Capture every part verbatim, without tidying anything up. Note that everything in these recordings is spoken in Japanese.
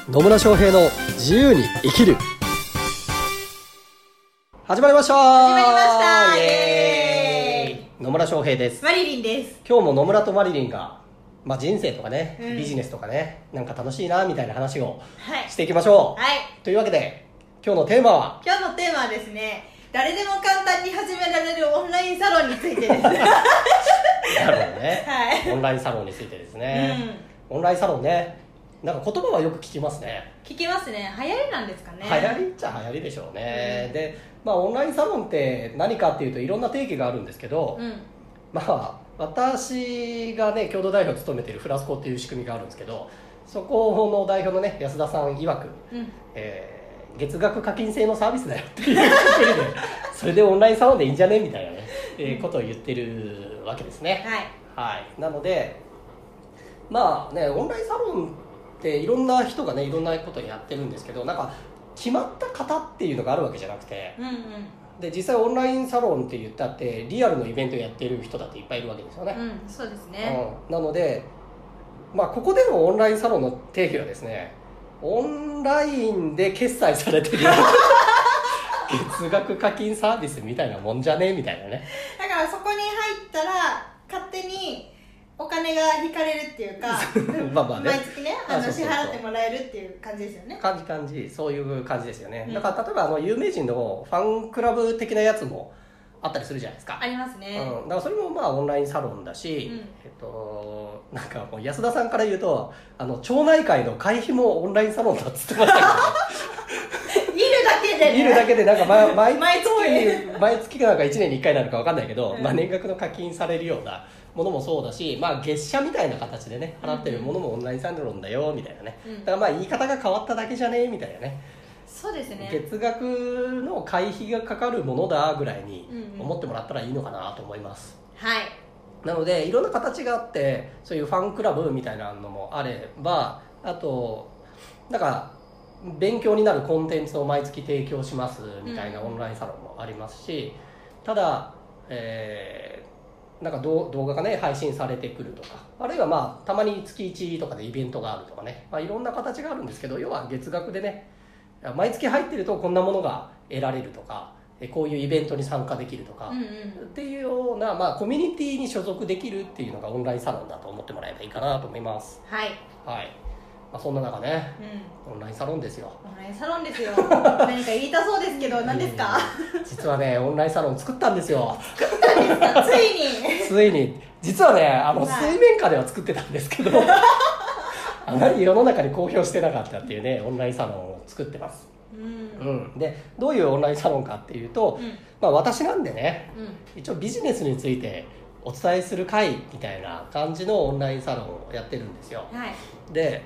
野村翔平の自由に生きる。始まりました始まりましたイエーイ。野村翔平です。 マリリンです。 今日も野村とマリリンが、まあ、人生とかね、 うん、 ビジネスとかね、なんか楽しいなみたいな話をはいしていきましょう、 はい、 というわけで今日のテーマは、 今日のテーマはですね、誰でも簡単に始められるオンラインサロンについてですなるほどね、 はい、 オンラインサロンについてですね、うん、オンラインサロンね、なんか言葉はよく聞きますね。 聞きますね。流行りなんですかね。 流行りっちゃ流行りでしょうね、 うん、 で、まあ、オンラインサロンって何かっていうといろんな定義があるんですけど、 うん、 まあ私がね共同代表を務めているフラスコっていう仕組みがあるんですけど、そこの代表のね安田さん曰く、うん、えー、月額課金制のサービスだよっていうでそれでオンラインサロンでいいんじゃねみたいなね、えー、ことを言ってるわけですね。はい、はい、なのでまあね、オンラインサロンっていろんな人がねいろんなことをやってるんですけど、なんか決まった型っていうのがあるわけじゃなくて、うんうん、で実際オンラインサロンって言ったってリアルのイベントやってる人だっていっぱいいるわけですよね、 うん、そうですね、 うん、なので、まあ、ここでのオンラインサロンの定義はですね、オンラインで決済されてる月額課金サービスみたいなもんじゃねみたいなね。 だからそこに入ったら勝手にお金が引かれるっていうかまあまあ、ね、毎月ねあの支払ってもらえるっていう感じですよね。 感じ感じそういう感じですよね、うん、だから例えばあの有名人のファンクラブ的なやつもあったりするじゃないですか。 ありますね、 うん、だからそれもまあオンラインサロンだし、うん、えっとなんかもう安田さんから言うとあの町内会の会費もオンラインサロンだっつってましたけどね見るだけでね、 見るだけでなんか、ま、毎毎月毎月かなんかいちねんにいっかいなのか分かんないけど、うん、まあ、年額の課金されるようなものもそうだし、まあ、月謝みたいな形でね払ってるものもオンラインサロンだよみたいなね、うん、だからまあ言い方が変わっただけじゃねみたいなね。 そうですね、 月額の会費がかかるものだぐらいに思ってもらったらいいのかなと思います、 うんうん、はい。 なのでいろんな形があって、そういうファンクラブみたいなのもあれば、あとなんか勉強になるコンテンツを毎月提供しますみたいなオンラインサロンもありますし、ただ、えー、なんか動画がね配信されてくるとか、あるいはまあたまに月いちとかでイベントがあるとかね、まあ、いろんな形があるんですけど、要は月額でね毎月入ってるとこんなものが得られるとか、こういうイベントに参加できるとか、うんうん、っていうような、まあ、コミュニティに所属できるっていうのがオンラインサロンだと思ってもらえばいいかなと思います。 はい、 はい、まあ、そんな中ね、うん、オンラインサロンですよ。 オンラインサロンですよ何か言いたそうですけど何ですか実はねオンラインサロン作ったんですよ。 作ったんですかついについに実はねあの、はい、水面下では作ってたんですけどあまり世の中に公表してなかったっていうねオンラインサロンを作ってます、うんうん、でどういうオンラインサロンかっていうと、うん、まあ、私なんでね、うん、一応ビジネスについてお伝えする会みたいな感じのオンラインサロンをやってるんですよ、はい、で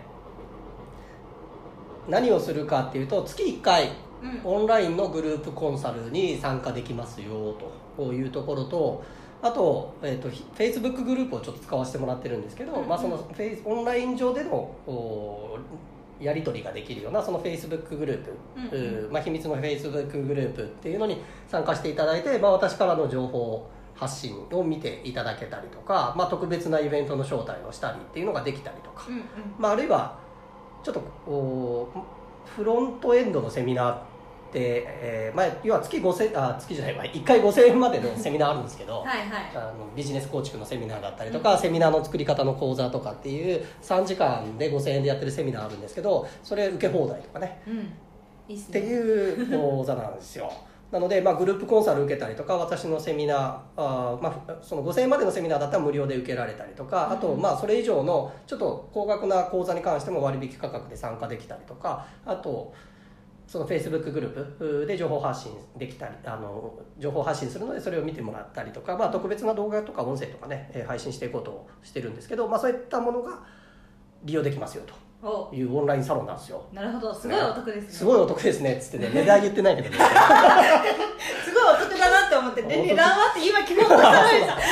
何をするかっていうと月いっかい、うん、オンラインのグループコンサルに参加できますよとこういうところと、あと、えーと、Facebook グループをちょっと使わせてもらってるんですけど、うんうん、まあ、そのフェイスオンライン上でのやり取りができるようなその Facebook グループ、うんうん、まあ、秘密の Facebook グループっていうのに参加していただいて、まあ、私からの情報発信を見ていただけたりとか、まあ、特別なイベントの招待をしたりっていうのができたりとか、うんうん、まあ、あるいはちょっとフロントエンドのセミナーで、えーまあ、要は月ごせんあ月じゃないわいっかいごせんえんまでのセミナーあるんですけどはい、はい、あのビジネス構築のセミナーだったりとか、うん、セミナーの作り方の講座とかっていうさんじかんでごせんえんでやってるセミナーあるんですけど、それ受け放題とかね、うん、いいっすねっていう講座なんですよなので、まあ、グループコンサル受けたりとか、私のセミナーあ、まあ、そのごせんえんまでのセミナーだったら無料で受けられたりとか、あと、まあ、それ以上のちょっと高額な講座に関しても割引価格で参加できたりとか、あとその Facebook グループで情報発信できたり、あの情報発信するのでそれを見てもらったりとか、まあ、特別な動画とか音声とかね配信していこうとしてるんですけど、まあ、そういったものが利用できますよというオンラインサロンなんですよ。 なるほど、すごいお得ですね。 すごいお得ですねっつってね値段言ってないけどねすごいお得だなって思って、ね、値段はって今聞こうとしたのにさ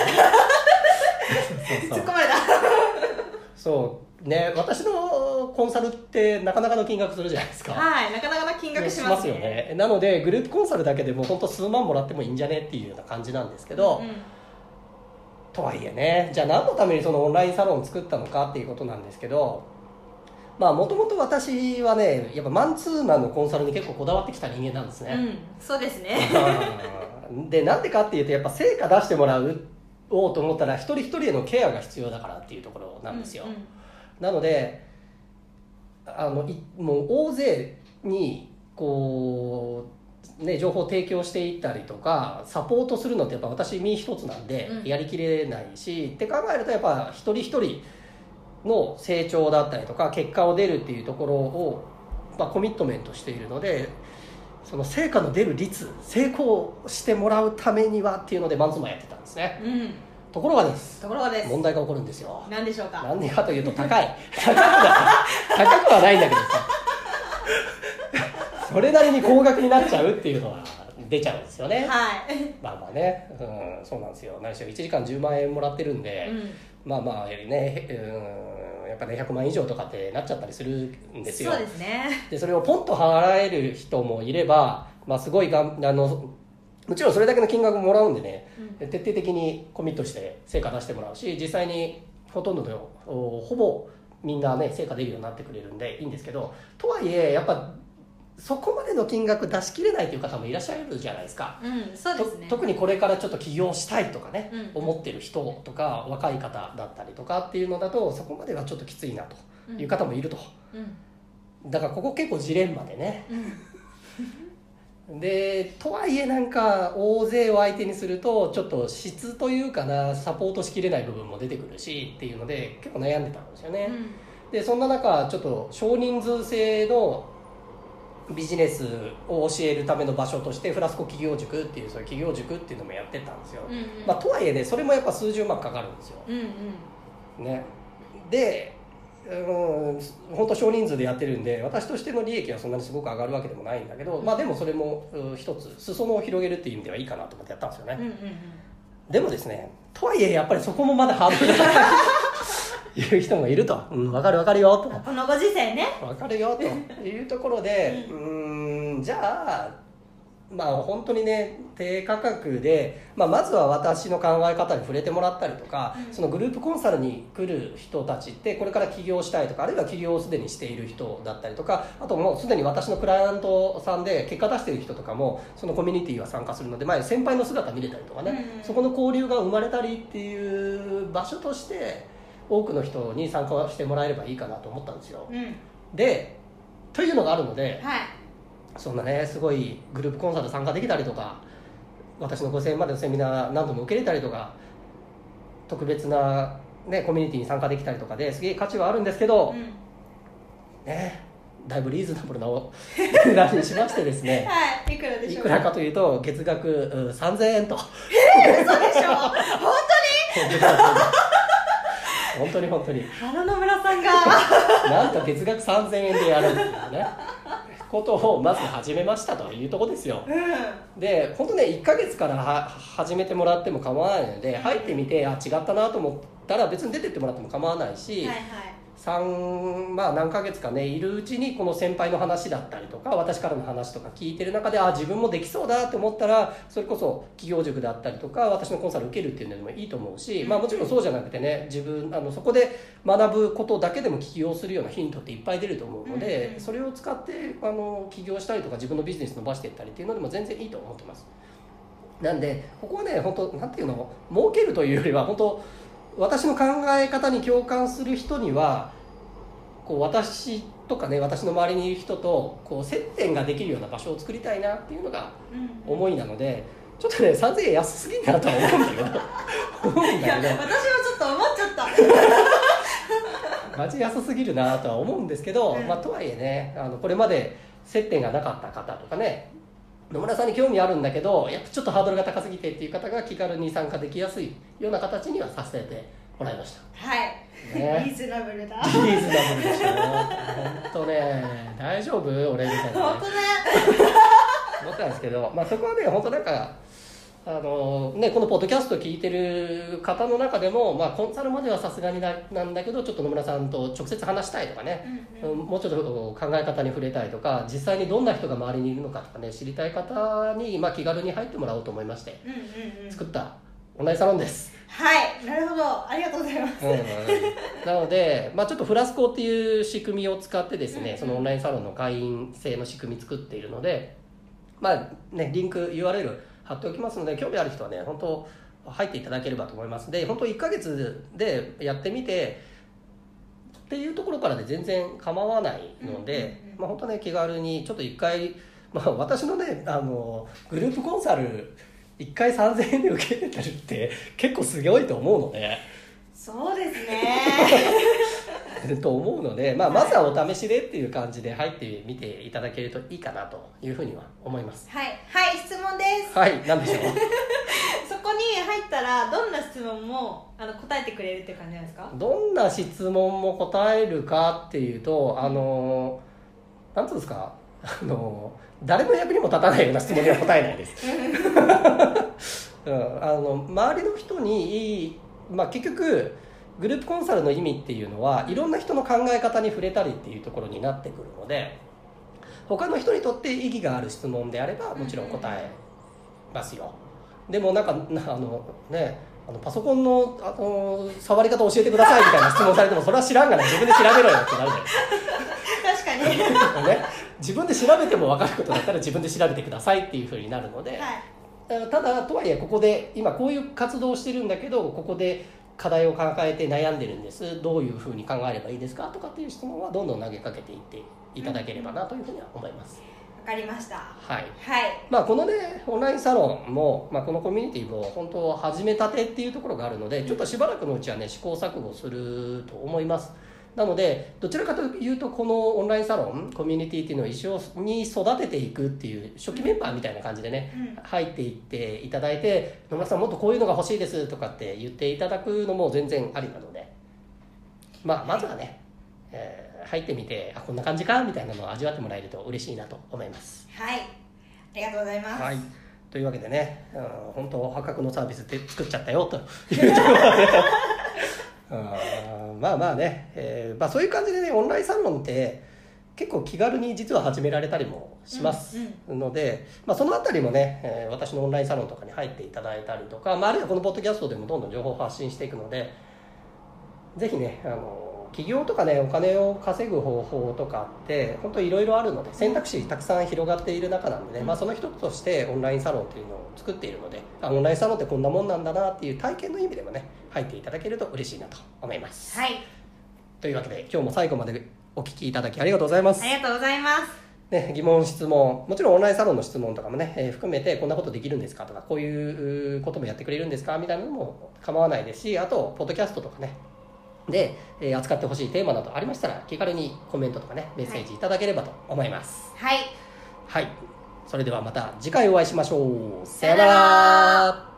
突っ込まれたそうね、私のコンサルってなかなかの金額するじゃないですか。 はい、なかなかの金額しますね。しますよね。 なのでグループコンサルだけでも本当数万もらってもいいんじゃねっていうような感じなんですけど、うんうん、とはいえね、じゃあ何のためにそのオンラインサロンを作ったのかっていうことなんですけど、 まあもともと私はねやっぱマンツーマンのコンサルに結構こだわってきた人間なんですね、 うん、そうですねでなんでかっていうとやっぱ成果出してもらうおうと思ったら一人一人へのケアが必要だからっていうところなんですよ、うんうん、なのであのいもう大勢にこう、ね、情報を提供していったりとかサポートするのってやっぱ私身一つなんでやりきれないし、うん、って考えるとやっぱ一人一人の成長だったりとか結果を出るっていうところを、まあ、コミットメントしているのでその成果の出る率成功してもらうためにはっていうのでマンツーマンやってたんですね、うん、ところがですところがです問題が起こるんですよ。 何でしょうか。 何でかというと高い高くは高くはないんだけどさそれなりに高額になっちゃうっていうのは出ちゃうんですよね。 はいまあまあね、うん、そうなんですよ。何しろいちじかんじゅうまんえんもらってるんで、うん、まあまあね、うん、やっぱねひゃくまん以上とかってなっちゃったりするんですよ。 そうですね。 でそれをポンと払える人もいれば、まあ、すごいがあのもちろんそれだけの金額もらうんでね、うん、徹底的にコミットして成果出してもらうし実際にほとんどのほぼみんなね成果出るようになってくれるんでいいんですけど、とはいえやっぱそこまでの金額出し切れないという方もいらっしゃるじゃないですか、 うん、そうですね。 特にこれからちょっと起業したいとかね、 うん、 思ってる人とか若い方だったりとかっていうのだとそこまではちょっときついなという方もいると、うん、だからここ結構ジレンマでね、うん、でとはいえなんか大勢を相手にするとちょっと質というかなサポートしきれない部分も出てくるしっていうので結構悩んでたんですよね、うん、でそんな中ちょっと少人数制のビジネスを教えるための場所としてフラスコ企業塾っていうそういう企業塾っていうのもやってたんですよ、うんうん、まあ、とはいえねそれもやっぱ数十万かかるんですよ、うんうんね、で、うん、本当少人数でやってるんで私としての利益はそんなにすごく上がるわけでもないんだけど、まあ、でもそれも一つ裾野を広げるっていう意味ではいいかなと思ってやったんですよね、うんうんうん、でもですねとはいえやっぱりそこもまだハードルが高いいう人もいると、うん、分かる分かるよとこのご時世ね分かるよというところでうーんじゃあまあ本当にね低価格で、まあ、まずは私の考え方に触れてもらったりとか、うん、そのグループコンサルに来る人たちってこれから起業したいとかあるいは起業をすでにしている人だったりとかあともうすでに私のクライアントさんで結果出している人とかもそのコミュニティは参加するので前先輩の姿見れたりとかね、うん、そこの交流が生まれたりっていう場所として多くの人に参加してもらえればいいかなと思ったんですよ、うん、でというのがあるので、 はい、 そんなねすごいグループコンサル参加できたりとか私のごせんえんまでのセミナー何度も受けれたりとか特別な、ね、コミュニティに参加できたりとかですげえ価値はあるんですけど、うん、ねだいぶリーズナブルな値段にしましてですね、 はい、いくらでしょうか。 いくらかというと月額さんぜんえんとえー、嘘でしょ本当に本当に本当にあの野村さんがなんと月額さんぜんえんでやるっていうねことをまず始めましたというところですよ、うん、で本当ねいっかげつからは始めてもらっても構わないので入ってみてあ違ったなと思ったら別に出てってもらっても構わないし、はいはいさんまあ、何ヶ月かねいるうちにこの先輩の話だったりとか私からの話とか聞いてる中であ自分もできそうだと思ったらそれこそ企業塾だったりとか私のコンサル受けるっていうのでもいいと思うし、まあ、もちろんそうじゃなくてね自分あのそこで学ぶことだけでも起業するようなヒントっていっぱい出ると思うのでそれを使ってあの起業したりとか自分のビジネス伸ばしていったりっていうのでも全然いいと思ってます。なんでここはね本当なんていうの儲けるというよりは本当私の考え方に共感する人にはこう私とかね私の周りにいる人とこう接点ができるような場所を作りたいなっていうのが思いなので、ちょっとねさんぜんえん安すぎんなとは思うんだけど思うんだけどいや私もちょっと思っちゃったマジ安すぎるなとは思うんですけど、うんまあ、とはいえねあのこれまで接点がなかった方とかね野村さんに興味あるんだけどやっぱちょっとハードルが高すぎてっていう方が気軽に参加できやすいような形にはさせてもらいました。 はい、ね、リーズナブルだ。 リーズナブルでしょ。本当ね、大丈夫俺みたいな、ね。 本当ね。 思ったんですけど、まあそこはね本当なんかあのねこのポッドキャスト聞いてる方の中でもまあコンサルまではさすがにななんだけどちょっと野村さんと直接話したいとかね、うんうん、もうちょっと考え方に触れたいとか実際にどんな人が周りにいるのかとかね知りたい方にまあ気軽に入ってもらおうと思いまして、うんうんうん、作ったオンラインサロンです。 はい、なるほど、ありがとうございます、うんうん、 なので、まあ、ちょっとフラスコっていう仕組みを使ってですね、うんうん、そのオンラインサロンの会員制の仕組み作っているので、まあね、リンク ユーアールエル 貼っておきますので、興味ある人はね本当入っていただければと思いますで、本当いっかげつでやってみてっていうところからで全然構わないので、うんうんうん、まあ、本当ね気軽にちょっといっかい、まあ、私のねあのグループコンサルいっかいさんぜんえんで受けてたるって結構すごいと思うので、 そうですねと思うので、まあ、まずはお試しでっていう感じで入ってみていただけるといいかなというふうには思います。 はい、はい、質問です。 はい、何でしょうそこに入ったらどんな質問もあの答えてくれるって感じなんですか？ どんな質問も答えるかっていうと、あのなんつうんですか、あの誰の役にも立たないような質問には答えないです、うん、あの周りの人にいい、まあ、結局グループコンサルの意味っていうのはいろんな人の考え方に触れたりっていうところになってくるので、他の人にとって意義がある質問であればもちろん答えますよ。でもなんかあのねあのパソコンの、あの触り方教えてくださいみたいな質問されてもそれは知らんがな、自分で調べろよってなるじゃないですか。確かに、ね、自分で調べても分かることだったら自分で調べてくださいっていうふうになるので、はい、ただとはいえここで今こういう活動をしてるんだけどここで課題を抱えて悩んでるんです、どういうふうに考えればいいですかとかっていう質問はどんどん投げかけていっていただければなというふうには思います。 わかりました。 はい、 はい、 まあ、このねオンラインサロンも、まあ、このコミュニティも本当始めたてっていうところがあるのでちょっとしばらくのうちはね試行錯誤すると思います。なのでどちらかというとこのオンラインサロンコミュニティっていうのを一緒に育てていくっていう初期メンバーみたいな感じでね、うん、入っていっていただいて、野村さんもっとこういうのが欲しいですとかって言っていただくのも全然ありなので、まあ、まずはね、えー、入ってみてあこんな感じかみたいなのを味わってもらえると嬉しいなと思います。 はい、ありがとうございます。 はい、というわけでね、うん、本当破格のサービスで作っちゃったよというところでうんまあまあね、えーまあ、そういう感じでねオンラインサロンって結構気軽に実は始められたりもしますので、うんうんまあ、そのあたりもね、えー、私のオンラインサロンとかに入っていただいたりとか、まあ、あるいはこのポッドキャストでもどんどん情報を発信していくので、ぜひねあの起業とかねお金を稼ぐ方法とかって本当いろいろあるので選択肢たくさん広がっている中なんでね、まあ、その一つとしてオンラインサロンっていうのを作っているので、あオンラインサロンってこんなもんなんだなっていう体験の意味でもね入っていただけると嬉しいなと思います。 はい、 というわけで今日も最後までお聞きいただきありがとうございます。 ありがとうございます。 ね、疑問質問もちろんオンラインサロンの質問とかもね、えー、含めてこんなことできるんですかとかこういうこともやってくれるんですかみたいなのも構わないですし、あとポッドキャストとかねで、えー、扱ってほしいテーマなどありましたら気軽にコメントとかねメッセージいただければと思います。 はい、 はい、それではまた次回お会いしましょう。さよなら。